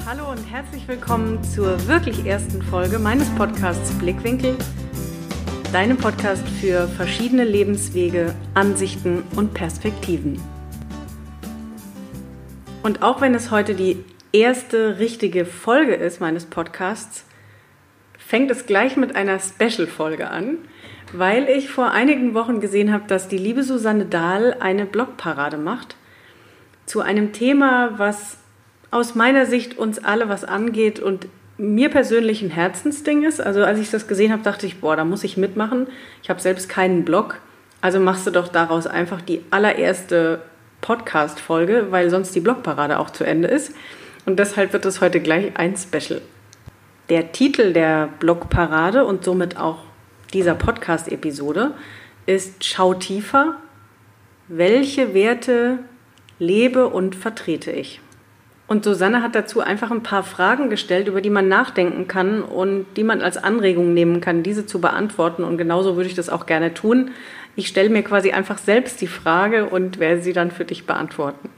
Hallo und herzlich willkommen zur wirklich ersten Folge meines Podcasts Blickwinkel, deinem Podcast für verschiedene Lebenswege, Ansichten und Perspektiven. Und auch wenn es heute die erste richtige Folge ist meines Podcasts, fängt es gleich mit einer Special-Folge an, weil ich vor einigen Wochen gesehen habe, dass die liebe Susanne Dahl eine Blogparade macht zu einem Thema, was aus meiner Sicht uns alle was angeht und mir persönlich ein Herzensding ist. Also als ich das gesehen habe, dachte ich, da muss ich mitmachen. Ich habe selbst keinen Blog, also machst du doch daraus einfach die allererste Podcast-Folge, weil sonst die Blogparade auch zu Ende ist. Und deshalb wird es heute gleich ein Special. Der Titel der Blogparade und somit auch dieser Podcast-Episode ist Schau tiefer, welche Werte lebe und vertrete ich? Und Susanne hat dazu einfach ein paar Fragen gestellt, über die man nachdenken kann und die man als Anregung nehmen kann, diese zu beantworten. Und genauso würde ich das auch gerne tun. Ich stelle mir quasi einfach selbst die Frage und werde sie dann für dich beantworten.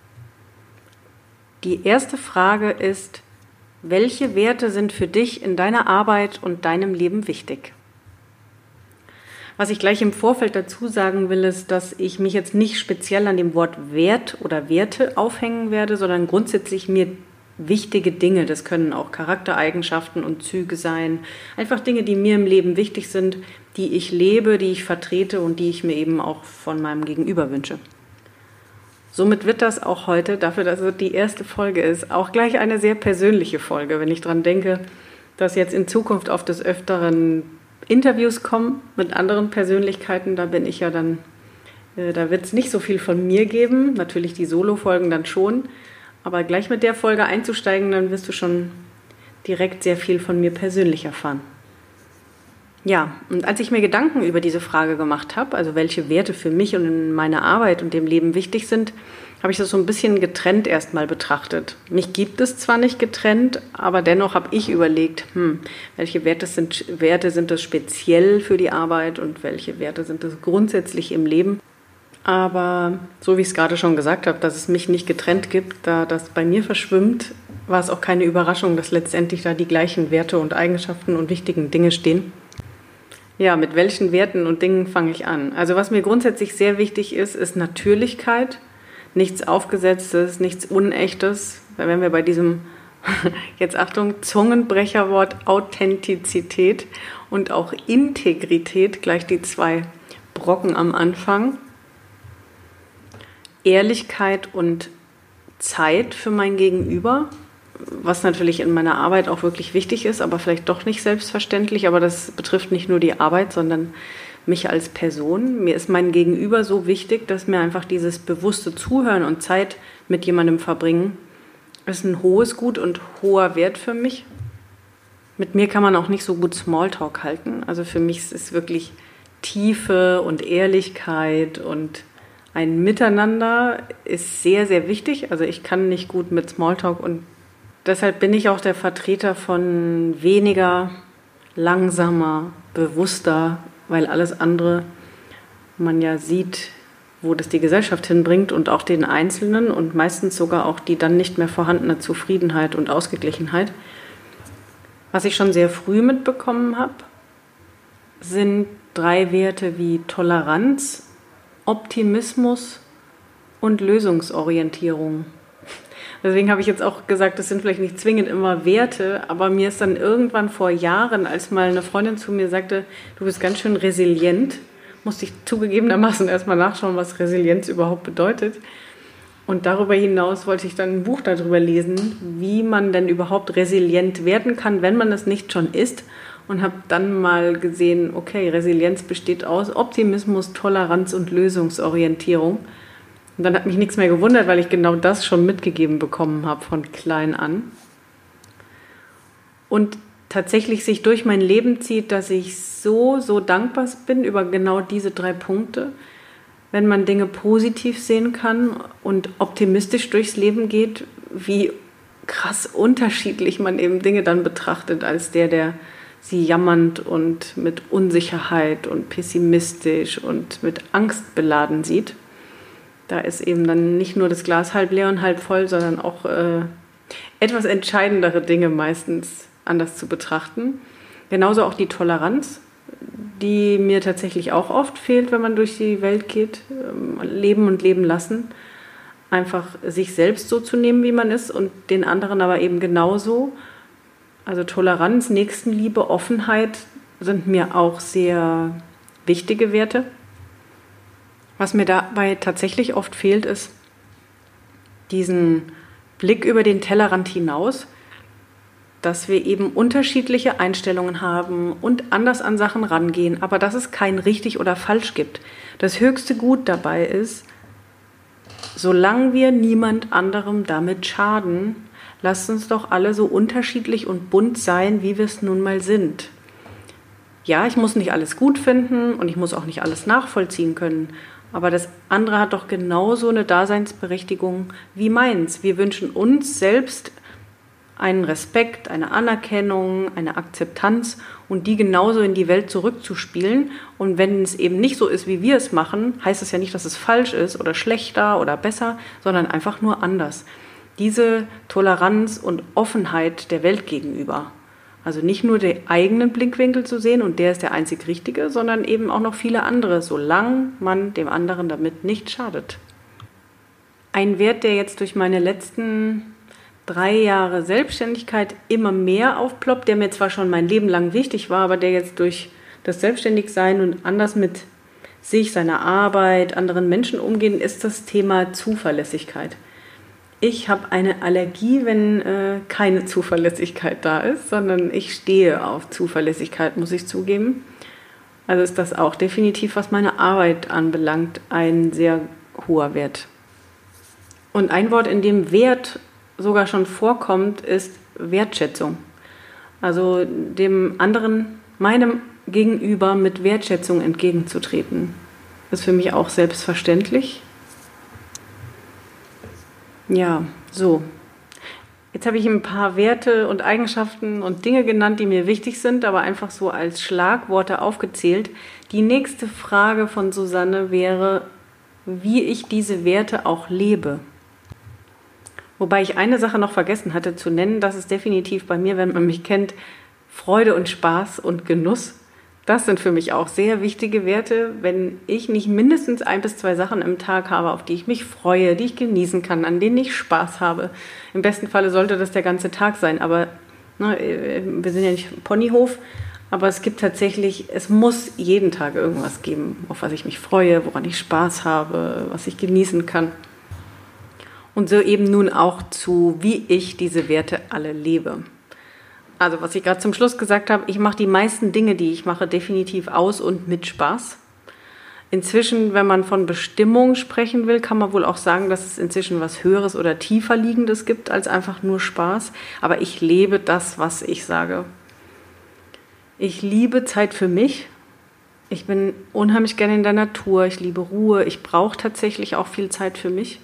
Die erste Frage ist, welche Werte sind für dich in deiner Arbeit und deinem Leben wichtig? Was ich gleich im Vorfeld dazu sagen will, ist, dass ich mich jetzt nicht speziell an dem Wort Wert oder Werte aufhängen werde, sondern grundsätzlich mir wichtige Dinge, das können auch Charaktereigenschaften und Züge sein, einfach Dinge, die mir im Leben wichtig sind, die ich lebe, die ich vertrete und die ich mir eben auch von meinem Gegenüber wünsche. Somit wird das auch heute, dafür, dass es die erste Folge ist, auch gleich eine sehr persönliche Folge, wenn ich daran denke, dass jetzt in Zukunft auf des Öfteren Interviews kommen mit anderen Persönlichkeiten, da bin ich ja dann, da wird es nicht so viel von mir geben, natürlich die Solo-Folgen dann schon, aber gleich mit der Folge einzusteigen, dann wirst du schon direkt sehr viel von mir persönlich erfahren. Ja, und als ich mir Gedanken über diese Frage gemacht habe, also welche Werte für mich und in meiner Arbeit und dem Leben wichtig sind, habe ich das so ein bisschen getrennt erstmal betrachtet. Mich gibt es zwar nicht getrennt, aber dennoch habe ich überlegt, welche Werte sind das speziell für die Arbeit und welche Werte sind das grundsätzlich im Leben. Aber so wie ich es gerade schon gesagt habe, dass es mich nicht getrennt gibt, da das bei mir verschwimmt, war es auch keine Überraschung, dass letztendlich da die gleichen Werte und Eigenschaften und wichtigen Dinge stehen. Ja, mit welchen Werten und Dingen fange ich an? Also was mir grundsätzlich sehr wichtig ist, ist Natürlichkeit. Nichts Aufgesetztes, nichts Unechtes. Da wären wir bei diesem, jetzt Achtung, Zungenbrecherwort Authentizität und auch Integrität, gleich die zwei Brocken am Anfang. Ehrlichkeit und Zeit für mein Gegenüber, was natürlich in meiner Arbeit auch wirklich wichtig ist, aber vielleicht doch nicht selbstverständlich. Aber das betrifft nicht nur die Arbeit, sondern mich als Person. Mir ist mein Gegenüber so wichtig, dass mir einfach dieses bewusste Zuhören und Zeit mit jemandem verbringen ist ein hohes Gut und hoher Wert für mich. Mit mir kann man auch nicht so gut Smalltalk halten. Also für mich ist es wirklich Tiefe und Ehrlichkeit und ein Miteinander ist sehr, sehr wichtig. Also ich kann nicht gut mit Smalltalk und deshalb bin ich auch der Vertreter von weniger, langsamer, bewusster, weil alles andere man ja sieht, wo das die Gesellschaft hinbringt und auch den Einzelnen und meistens sogar auch die dann nicht mehr vorhandene Zufriedenheit und Ausgeglichenheit. Was ich schon sehr früh mitbekommen habe, sind 3 Werte wie Toleranz, Optimismus und Lösungsorientierung. Deswegen habe ich jetzt auch gesagt, das sind vielleicht nicht zwingend immer Werte, aber mir ist dann irgendwann vor Jahren, als mal eine Freundin zu mir sagte, du bist ganz schön resilient, musste ich zugegebenermaßen erstmal nachschauen, was Resilienz überhaupt bedeutet. Und darüber hinaus wollte ich dann ein Buch darüber lesen, wie man denn überhaupt resilient werden kann, wenn man es nicht schon ist. Und habe dann mal gesehen, okay, Resilienz besteht aus Optimismus, Toleranz und Lösungsorientierung. Und dann hat mich nichts mehr gewundert, weil ich genau das schon mitgegeben bekommen habe von klein an. Und tatsächlich sich durch mein Leben zieht, dass ich so dankbar bin über genau diese 3 Punkte. Wenn man Dinge positiv sehen kann und optimistisch durchs Leben geht, wie krass unterschiedlich man eben Dinge dann betrachtet, als der sie jammernd und mit Unsicherheit und pessimistisch und mit Angst beladen sieht. Da ist eben dann nicht nur das Glas halb leer und halb voll, sondern auch etwas entscheidendere Dinge meistens anders zu betrachten. Genauso auch die Toleranz, die mir tatsächlich auch oft fehlt, wenn man durch die Welt geht. Leben und leben lassen. Einfach sich selbst so zu nehmen, wie man ist und den anderen aber eben genauso. Also Toleranz, Nächstenliebe, Offenheit sind mir auch sehr wichtige Werte. Was mir dabei tatsächlich oft fehlt, ist diesen Blick über den Tellerrand hinaus, dass wir eben unterschiedliche Einstellungen haben und anders an Sachen rangehen, aber dass es kein richtig oder falsch gibt. Das höchste Gut dabei ist, solange wir niemand anderem damit schaden, lasst uns doch alle so unterschiedlich und bunt sein, wie wir es nun mal sind. Ja, ich muss nicht alles gut finden und ich muss auch nicht alles nachvollziehen können, aber das andere hat doch genauso eine Daseinsberechtigung wie meins. Wir wünschen uns selbst einen Respekt, eine Anerkennung, eine Akzeptanz und die genauso in die Welt zurückzuspielen. Und wenn es eben nicht so ist, wie wir es machen, heißt es ja nicht, dass es falsch ist oder schlechter oder besser, sondern einfach nur anders. Diese Toleranz und Offenheit der Welt gegenüber. Also nicht nur den eigenen Blickwinkel zu sehen und der ist der einzig richtige, sondern eben auch noch viele andere, solange man dem anderen damit nicht schadet. Ein Wert, der jetzt durch meine letzten 3 Jahre Selbstständigkeit immer mehr aufploppt, der mir zwar schon mein Leben lang wichtig war, aber der jetzt durch das Selbstständigsein und anders mit sich, seiner Arbeit, anderen Menschen umgehen, ist das Thema Zuverlässigkeit. Ich habe eine Allergie, wenn keine Zuverlässigkeit da ist, sondern ich stehe auf Zuverlässigkeit, muss ich zugeben. Also ist das auch definitiv, was meine Arbeit anbelangt, ein sehr hoher Wert. Und ein Wort, in dem Wert sogar schon vorkommt, ist Wertschätzung. Also dem anderen, meinem Gegenüber mit Wertschätzung entgegenzutreten. Ist für mich auch selbstverständlich. Ja, so. Jetzt habe ich ein paar Werte und Eigenschaften und Dinge genannt, die mir wichtig sind, aber einfach so als Schlagworte aufgezählt. Die nächste Frage von Susanne wäre, wie ich diese Werte auch lebe. Wobei ich eine Sache noch vergessen hatte zu nennen, das ist definitiv bei mir, wenn man mich kennt, Freude und Spaß und Genuss. Das sind für mich auch sehr wichtige Werte, wenn ich nicht mindestens 1 bis 2 Sachen im Tag habe, auf die ich mich freue, die ich genießen kann, an denen ich Spaß habe. Im besten Falle sollte das der ganze Tag sein, aber wir sind ja nicht Ponyhof, aber es gibt tatsächlich, es muss jeden Tag irgendwas geben, auf was ich mich freue, woran ich Spaß habe, was ich genießen kann. Und so eben nun auch zu, wie ich diese Werte alle lebe. Also was ich gerade zum Schluss gesagt habe, ich mache die meisten Dinge, die ich mache, definitiv aus und mit Spaß. Inzwischen, wenn man von Bestimmung sprechen will, kann man wohl auch sagen, dass es inzwischen was Höheres oder tiefer Liegendes gibt als einfach nur Spaß. Aber ich lebe das, was ich sage. Ich liebe Zeit für mich. Ich bin unheimlich gerne in der Natur. Ich liebe Ruhe. Ich brauche tatsächlich auch viel Zeit für mich.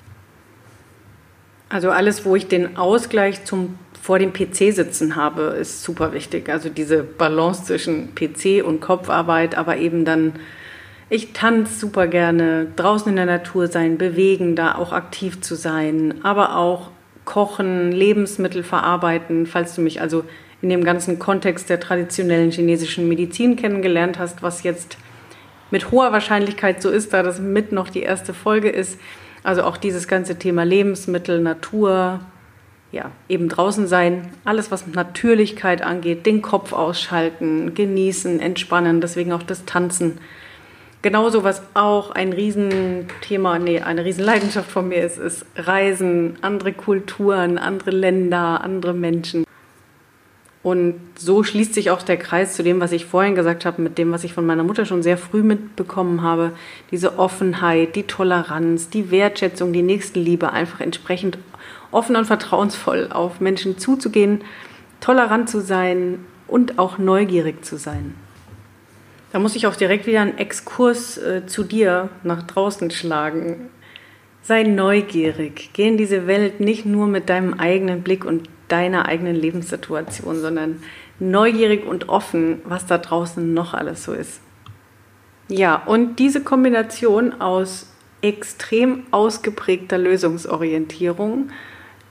Also alles, wo ich den Ausgleich vor dem PC sitzen habe, ist super wichtig. Also diese Balance zwischen PC und Kopfarbeit, aber eben dann, ich tanze super gerne, draußen in der Natur sein, bewegen, da auch aktiv zu sein, aber auch kochen, Lebensmittel verarbeiten, falls du mich also in dem ganzen Kontext der traditionellen chinesischen Medizin kennengelernt hast, was jetzt mit hoher Wahrscheinlichkeit so ist, da das mit noch die erste Folge ist. Also auch dieses ganze Thema Lebensmittel, Natur, ja, eben draußen sein, alles was Natürlichkeit angeht, den Kopf ausschalten, genießen, entspannen, deswegen auch das Tanzen. Genauso was auch ein Riesenthema, eine Riesenleidenschaft von mir ist Reisen, andere Kulturen, andere Länder, andere Menschen. Und so schließt sich auch der Kreis zu dem, was ich vorhin gesagt habe, mit dem, was ich von meiner Mutter schon sehr früh mitbekommen habe. Diese Offenheit, die Toleranz, die Wertschätzung, die Nächstenliebe, einfach entsprechend offen und vertrauensvoll auf Menschen zuzugehen, tolerant zu sein und auch neugierig zu sein. Da muss ich auch direkt wieder einen Exkurs zu dir nach draußen schlagen. Sei neugierig, geh in diese Welt nicht nur mit deinem eigenen Blick und deiner eigenen Lebenssituation, sondern neugierig und offen, was da draußen noch alles so ist. Ja, und diese Kombination aus extrem ausgeprägter Lösungsorientierung,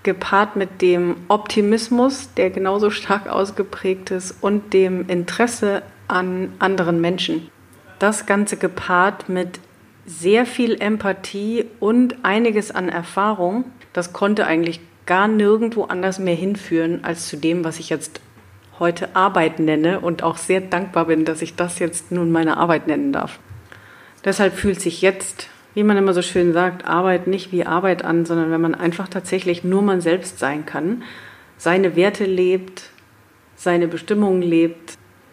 gepaart mit dem Optimismus, der genauso stark ausgeprägt ist, und dem Interesse an anderen Menschen. Das Ganze gepaart mit sehr viel Empathie und einiges an Erfahrung, das konnte eigentlich gar nirgendwo anders mehr hinführen als zu dem, was ich jetzt heute Arbeit nenne und auch sehr dankbar bin, dass ich das jetzt nun meine Arbeit nennen darf. Deshalb fühlt sich jetzt, wie man immer so schön sagt, Arbeit nicht wie Arbeit an, sondern wenn man einfach tatsächlich nur man selbst sein kann, seine Werte lebt, seine Bestimmungen lebt.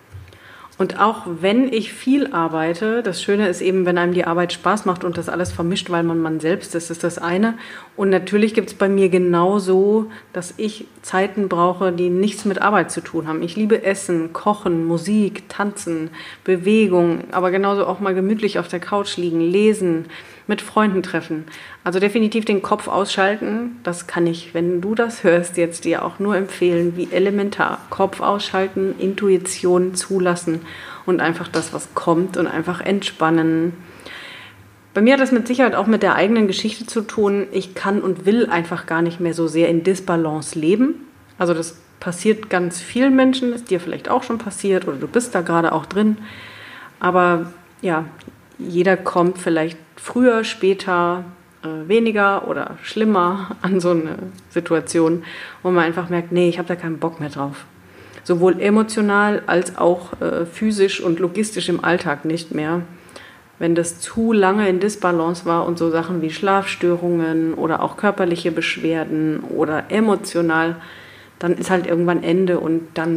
Und auch wenn ich viel arbeite, das Schöne ist eben, wenn einem die Arbeit Spaß macht und das alles vermischt, weil man selbst ist, ist das eine. Und natürlich gibt es bei mir genauso, dass ich Zeiten brauche, die nichts mit Arbeit zu tun haben. Ich liebe Essen, Kochen, Musik, Tanzen, Bewegung, aber genauso auch mal gemütlich auf der Couch liegen, lesen, mit Freunden treffen. Also definitiv den Kopf ausschalten, das kann ich, wenn du das hörst, jetzt dir auch nur empfehlen, wie elementar. Kopf ausschalten, Intuition zulassen und einfach das, was kommt, und einfach entspannen. Bei mir hat das mit Sicherheit auch mit der eigenen Geschichte zu tun. Ich kann und will einfach gar nicht mehr so sehr in Disbalance leben. Also das passiert ganz vielen Menschen, ist dir vielleicht auch schon passiert oder du bist da gerade auch drin. Aber ja, jeder kommt vielleicht früher, später, weniger oder schlimmer an so eine Situation, wo man einfach merkt, nee, ich habe da keinen Bock mehr drauf. Sowohl emotional als auch physisch und logistisch im Alltag nicht mehr. Wenn das zu lange in Disbalance war und so Sachen wie Schlafstörungen oder auch körperliche Beschwerden oder emotional, dann ist halt irgendwann Ende, und dann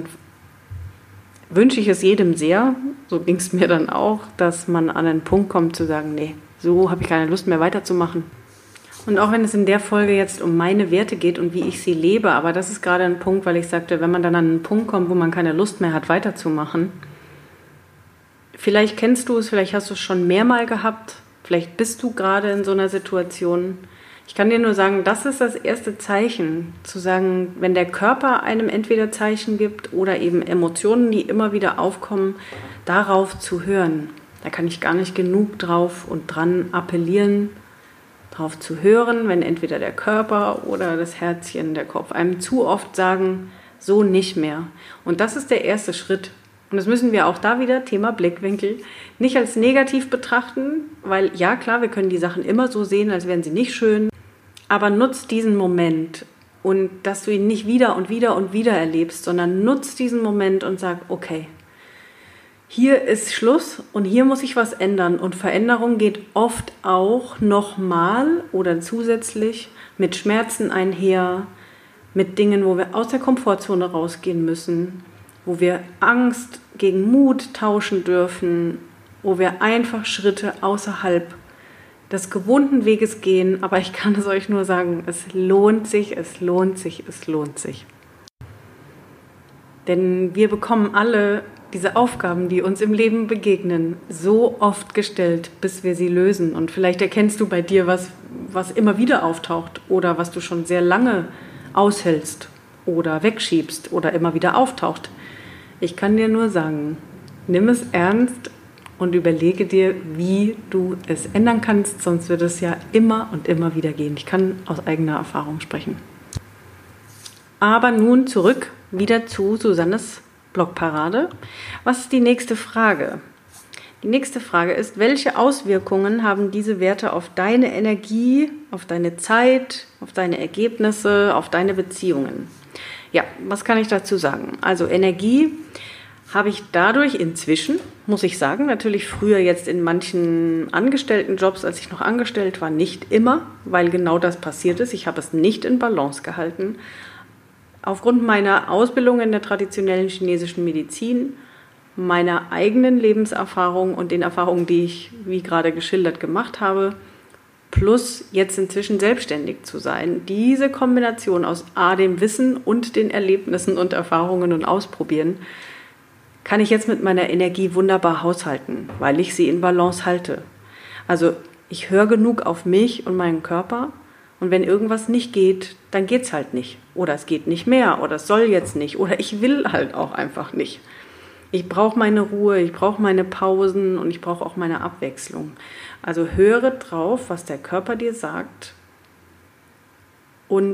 wünsche ich es jedem sehr, so ging es mir dann auch, dass man an einen Punkt kommt zu sagen, nee, so habe ich keine Lust mehr weiterzumachen. Und auch wenn es in der Folge jetzt um meine Werte geht und wie ich sie lebe, aber das ist gerade ein Punkt, weil ich sagte, wenn man dann an einen Punkt kommt, wo man keine Lust mehr hat, weiterzumachen, vielleicht kennst du es, vielleicht hast du es schon mehrmal gehabt, vielleicht bist du gerade in so einer Situation. Ich kann dir nur sagen, das ist das erste Zeichen, zu sagen, wenn der Körper einem entweder Zeichen gibt oder eben Emotionen, die immer wieder aufkommen, darauf zu hören. Da kann ich gar nicht genug drauf und dran appellieren, darauf zu hören, wenn entweder der Körper oder das Herzchen, der Kopf einem zu oft sagen, so nicht mehr. Und das ist der erste Schritt. Und das müssen wir auch da wieder, Thema Blickwinkel, nicht als negativ betrachten, weil ja klar, wir können die Sachen immer so sehen, als wären sie nicht schön, aber nutz diesen Moment, und dass du ihn nicht wieder und wieder und wieder erlebst, sondern nutz diesen Moment und sag, okay, hier ist Schluss und hier muss ich was ändern. Und Veränderung geht oft auch nochmal oder zusätzlich mit Schmerzen einher, mit Dingen, wo wir aus der Komfortzone rausgehen müssen, wo wir Angst gegen Mut tauschen dürfen, wo wir einfach Schritte außerhalb des gewohnten Weges gehen. Aber ich kann es euch nur sagen, es lohnt sich, es lohnt sich, es lohnt sich. Denn wir bekommen alle diese Aufgaben, die uns im Leben begegnen, so oft gestellt, bis wir sie lösen. Und vielleicht erkennst du bei dir was immer wieder auftaucht oder was du schon sehr lange aushältst oder wegschiebst oder immer wieder auftaucht. Ich kann dir nur sagen, nimm es ernst und überlege dir, wie du es ändern kannst, sonst wird es ja immer und immer wieder gehen. Ich kann aus eigener Erfahrung sprechen. Aber nun zurück wieder zu Susannes Blogparade. Was ist die nächste Frage? Die nächste Frage ist, welche Auswirkungen haben diese Werte auf deine Energie, auf deine Zeit, auf deine Ergebnisse, auf deine Beziehungen? Ja, was kann ich dazu sagen? Also Energie habe ich dadurch inzwischen, muss ich sagen, natürlich früher jetzt in manchen Angestelltenjobs, als ich noch angestellt war, nicht immer, weil genau das passiert ist. Ich habe es nicht in Balance gehalten. Aufgrund meiner Ausbildung in der traditionellen chinesischen Medizin, meiner eigenen Lebenserfahrung und den Erfahrungen, die ich, wie gerade geschildert, gemacht habe, plus jetzt inzwischen selbstständig zu sein, diese Kombination aus dem Wissen und den Erlebnissen und Erfahrungen und Ausprobieren, kann ich jetzt mit meiner Energie wunderbar haushalten, weil ich sie in Balance halte. Also ich höre genug auf mich und meinen Körper. Und wenn irgendwas nicht geht, dann geht's halt nicht. Oder es geht nicht mehr, oder es soll jetzt nicht, oder ich will halt auch einfach nicht. Ich brauche meine Ruhe, ich brauche meine Pausen und ich brauche auch meine Abwechslung. Also höre drauf, was der Körper dir sagt, und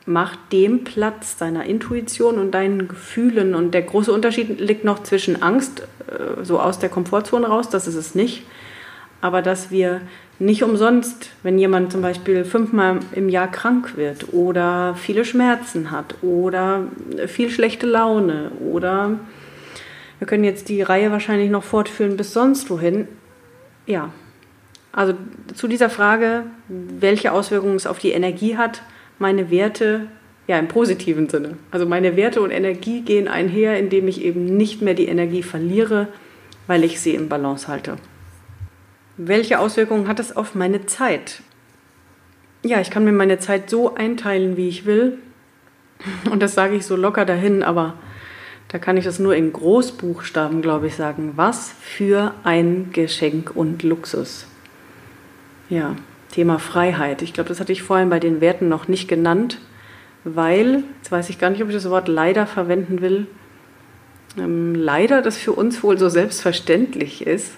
mach dem Platz deiner Intuition und deinen Gefühlen. Und der große Unterschied liegt noch zwischen Angst, so aus der Komfortzone raus, das ist es nicht, aber dass wir nicht umsonst, wenn jemand zum Beispiel 5-mal im Jahr krank wird oder viele Schmerzen hat oder viel schlechte Laune oder wir können jetzt die Reihe wahrscheinlich noch fortführen bis sonst wohin. Ja, also zu dieser Frage, welche Auswirkungen es auf die Energie hat, meine Werte, ja im positiven Sinne. Also meine Werte und Energie gehen einher, indem ich eben nicht mehr die Energie verliere, weil ich sie im Balance halte. Welche Auswirkungen hat es auf meine Zeit? Ja, ich kann mir meine Zeit so einteilen, wie ich will. Und das sage ich so locker dahin, aber da kann ich das nur in Großbuchstaben, glaube ich, sagen. Was für ein Geschenk und Luxus. Ja, Thema Freiheit. Ich glaube, das hatte ich vorhin bei den Werten noch nicht genannt, weil, jetzt weiß ich gar nicht, ob ich das Wort leider verwenden will, leider das für uns wohl so selbstverständlich ist.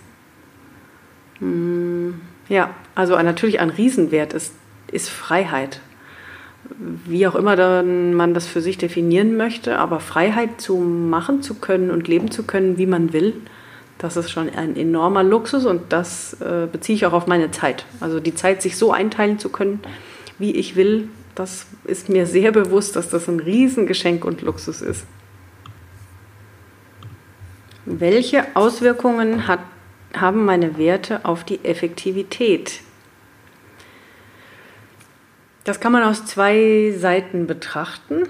Ja, also natürlich ein Riesenwert ist Freiheit. Wie auch immer dann man das für sich definieren möchte, aber Freiheit zu machen zu können und leben zu können, wie man will, das ist schon ein enormer Luxus und das beziehe ich auch auf meine Zeit. Also die Zeit sich so einteilen zu können, wie ich will, das ist mir sehr bewusst, dass das ein Riesengeschenk und Luxus ist. Welche Auswirkungen haben meine Werte auf die Effektivität? Das kann man aus 2 Seiten betrachten,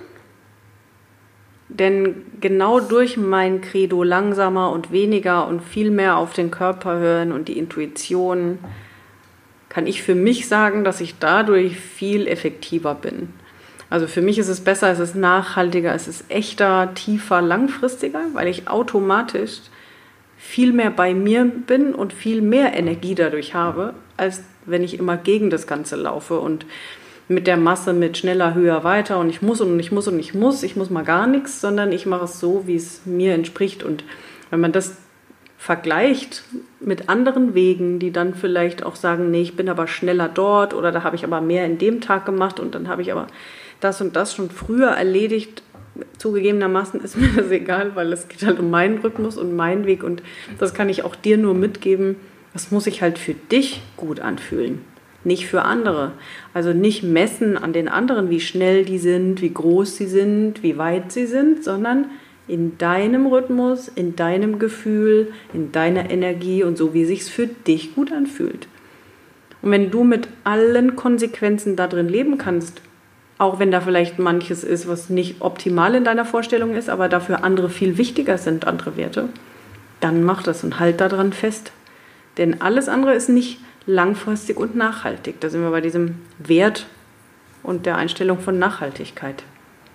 denn genau durch mein Credo langsamer und weniger und viel mehr auf den Körper hören und die Intuition kann ich für mich sagen, dass ich dadurch viel effektiver bin. Also für mich ist es besser, es ist nachhaltiger, es ist echter, tiefer, langfristiger, weil ich automatisch viel mehr bei mir bin und viel mehr Energie dadurch habe, als wenn ich immer gegen das Ganze laufe und mit der Masse mit schneller, höher, weiter und ich muss mal gar nichts, sondern ich mache es so, wie es mir entspricht. Und wenn man das vergleicht mit anderen Wegen, die dann vielleicht auch sagen, nee, ich bin aber schneller dort oder da habe ich aber mehr in dem Tag gemacht und dann habe ich aber das und das schon früher erledigt, zugegebenermaßen ist mir das egal, weil es geht halt um meinen Rhythmus und meinen Weg und das kann ich auch dir nur mitgeben, das muss sich halt für dich gut anfühlen. Nicht für andere. Also nicht messen an den anderen, wie schnell die sind, wie groß sie sind, wie weit sie sind, sondern in deinem Rhythmus, in deinem Gefühl, in deiner Energie und so, wie es sich für dich gut anfühlt. Und wenn du mit allen Konsequenzen da drin leben kannst, auch wenn da vielleicht manches ist, was nicht optimal in deiner Vorstellung ist, aber dafür andere viel wichtiger sind, andere Werte, dann mach das und halt daran fest. Denn alles andere ist nicht langfristig und nachhaltig. Da sind wir bei diesem Wert und der Einstellung von Nachhaltigkeit.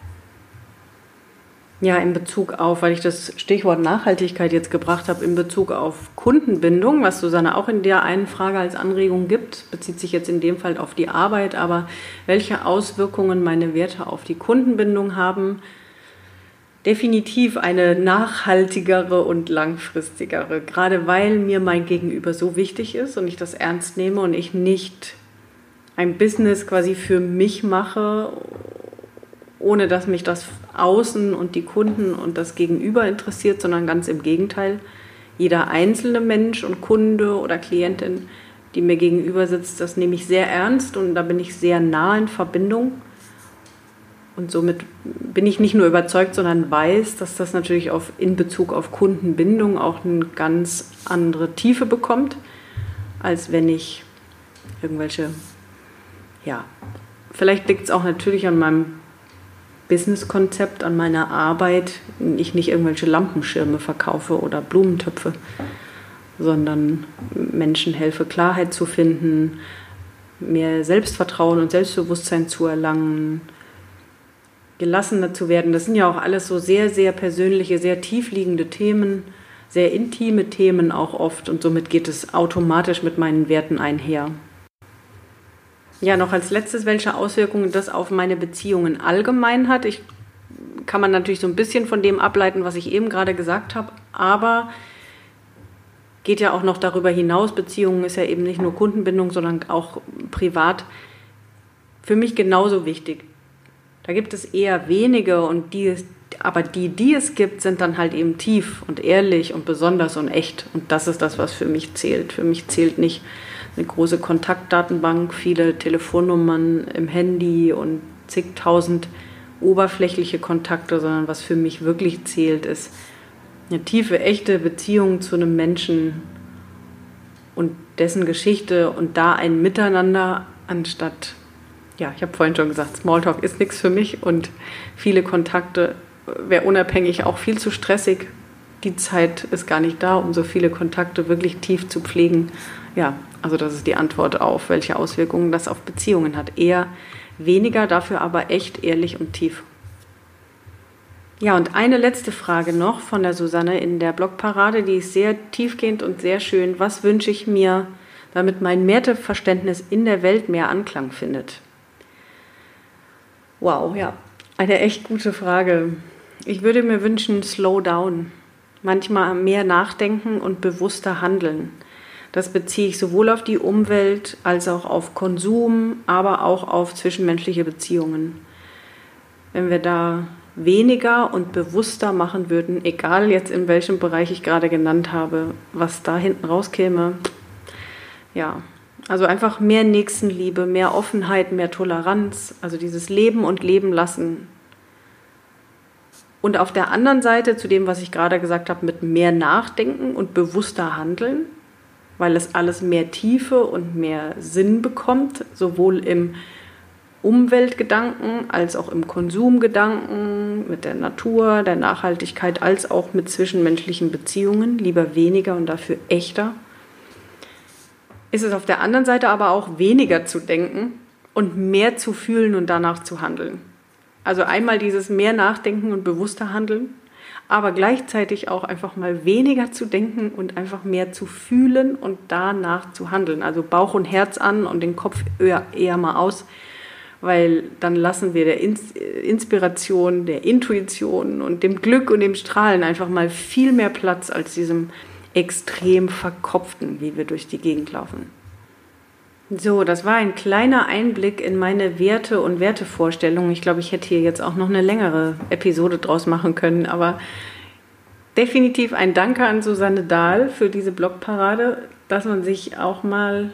Ja, in Bezug auf, weil ich das Stichwort Nachhaltigkeit jetzt gebracht habe, in Bezug auf Kundenbindung, was Susanne auch in der einen Frage als Anregung gibt, bezieht sich jetzt in dem Fall auf die Arbeit, aber welche Auswirkungen meine Werte auf die Kundenbindung haben, definitiv eine nachhaltigere und langfristigere, gerade weil mir mein Gegenüber so wichtig ist und ich das ernst nehme und ich nicht ein Business quasi für mich mache, ohne dass mich das Außen und die Kunden und das Gegenüber interessiert, sondern ganz im Gegenteil. Jeder einzelne Mensch und Kunde oder Klientin, die mir gegenüber sitzt, das nehme ich sehr ernst und da bin ich sehr nah in Verbindung. Und somit bin ich nicht nur überzeugt, sondern weiß, dass das natürlich in Bezug auf Kundenbindung auch eine ganz andere Tiefe bekommt, als wenn ich irgendwelche, ja, vielleicht liegt es auch natürlich an meinem Businesskonzept, an meiner Arbeit, ich nicht irgendwelche Lampenschirme verkaufe oder Blumentöpfe, sondern Menschen helfe, Klarheit zu finden, mehr Selbstvertrauen und Selbstbewusstsein zu erlangen, gelassener zu werden. Das sind ja auch alles so sehr, sehr persönliche, sehr tiefliegende Themen, sehr intime Themen auch oft und somit geht es automatisch mit meinen Werten einher. Ja, noch als letztes, welche Auswirkungen das auf meine Beziehungen allgemein hat. Kann man natürlich so ein bisschen von dem ableiten, was ich eben gerade gesagt habe, aber geht ja auch noch darüber hinaus. Beziehungen ist ja eben nicht nur Kundenbindung, sondern auch privat. Für mich genauso wichtig. Da gibt es eher wenige und aber die es gibt, sind dann halt eben tief und ehrlich und besonders und echt. Und das ist das, was für mich zählt. Für mich zählt nicht eine große Kontaktdatenbank, viele Telefonnummern im Handy und zigtausend oberflächliche Kontakte, sondern was für mich wirklich zählt, ist eine tiefe, echte Beziehung zu einem Menschen und dessen Geschichte und da ein Miteinander anstatt, ja, ich habe vorhin schon gesagt, Smalltalk ist nichts für mich und viele Kontakte wäre unabhängig auch viel zu stressig. Die Zeit ist gar nicht da, um so viele Kontakte wirklich tief zu pflegen. Ja, also das ist die Antwort auf, welche Auswirkungen das auf Beziehungen hat. Eher weniger, dafür aber echt, ehrlich und tief. Ja, und eine letzte Frage noch von der Susanne in der Blogparade, die ist sehr tiefgehend und sehr schön. Was wünsche ich mir, damit mein Werteverständnis in der Welt mehr Anklang findet? Wow, ja, eine echt gute Frage. Ich würde mir wünschen, slow down. Manchmal mehr nachdenken und bewusster handeln. Das beziehe ich sowohl auf die Umwelt als auch auf Konsum, aber auch auf zwischenmenschliche Beziehungen. Wenn wir da weniger und bewusster machen würden, egal jetzt in welchem Bereich ich gerade genannt habe, was da hinten rauskäme, ja, also einfach mehr Nächstenliebe, mehr Offenheit, mehr Toleranz, also dieses Leben und Leben lassen. Und auf der anderen Seite, zu dem, was ich gerade gesagt habe, mit mehr Nachdenken und bewusster Handeln, weil es alles mehr Tiefe und mehr Sinn bekommt, sowohl im Umweltgedanken als auch im Konsumgedanken, mit der Natur, der Nachhaltigkeit, als auch mit zwischenmenschlichen Beziehungen, lieber weniger und dafür echter. Ist es auf der anderen Seite aber auch weniger zu denken und mehr zu fühlen und danach zu handeln. Also einmal dieses mehr Nachdenken und bewusster Handeln, aber gleichzeitig auch einfach mal weniger zu denken und einfach mehr zu fühlen und danach zu handeln. Also Bauch und Herz an und den Kopf eher mal aus, weil dann lassen wir der Inspiration, der Intuition und dem Glück und dem Strahlen einfach mal viel mehr Platz als diesem extrem verkopften, wie wir durch die Gegend laufen. So, das war ein kleiner Einblick in meine Werte und Wertevorstellungen. Ich glaube, ich hätte hier jetzt auch noch eine längere Episode draus machen können, aber definitiv ein Danke an Susanne Dahl für diese Blogparade, dass man sich auch mal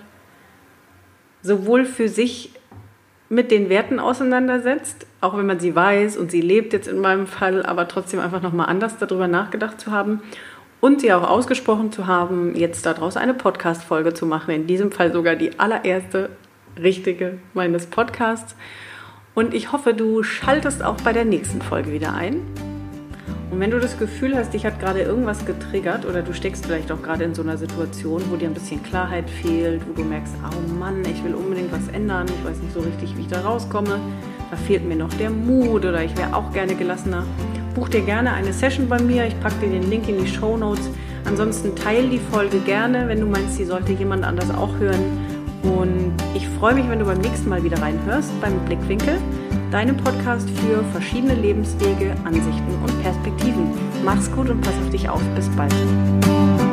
sowohl für sich mit den Werten auseinandersetzt, auch wenn man sie weiß und sie lebt jetzt in meinem Fall, aber trotzdem einfach nochmal anders darüber nachgedacht zu haben und sie auch ausgesprochen zu haben, jetzt daraus eine Podcast-Folge zu machen. In diesem Fall sogar die allererste richtige meines Podcasts. Und ich hoffe, du schaltest auch bei der nächsten Folge wieder ein. Und wenn du das Gefühl hast, dich hat gerade irgendwas getriggert oder du steckst vielleicht auch gerade in so einer Situation, wo dir ein bisschen Klarheit fehlt, wo du merkst, oh Mann, ich will unbedingt was ändern, ich weiß nicht so richtig, wie ich da rauskomme, da fehlt mir noch der Mut oder ich wäre auch gerne gelassener, buch dir gerne eine Session bei mir, ich packe dir den Link in die Shownotes. Ansonsten teile die Folge gerne, wenn du meinst, sie sollte jemand anders auch hören. Und ich freue mich, wenn du beim nächsten Mal wieder reinhörst beim Blickwinkel, deinem Podcast für verschiedene Lebenswege, Ansichten und Perspektiven. Mach's gut und pass auf dich auf. Bis bald.